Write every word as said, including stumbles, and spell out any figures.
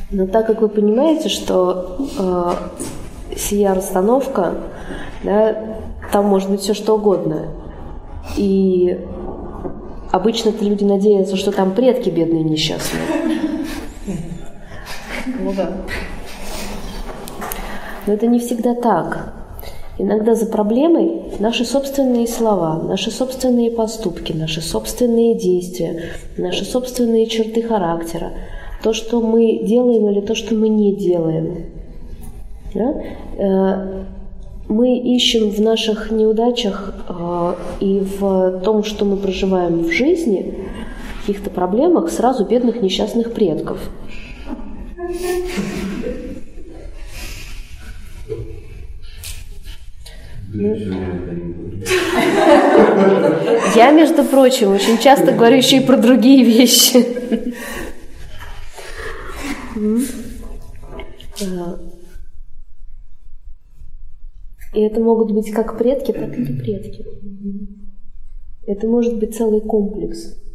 Но так как вы понимаете, что э, сия расстановка, да, там может быть все что угодно. И обычно-то люди надеются, что там предки бедные несчастные. Ну да. Но это не всегда так. Иногда за проблемой наши собственные слова, наши собственные поступки, наши собственные действия, наши собственные черты характера, то, что мы делаем или то, что мы не делаем. Да? Мы ищем в наших неудачах и в том, что мы проживаем в жизни, в каких-то проблемах, сразу бедных несчастных предков. Я, между прочим, очень часто говорю еще и про другие вещи. И это могут быть как предки, так и не предки. Это может быть целый комплекс.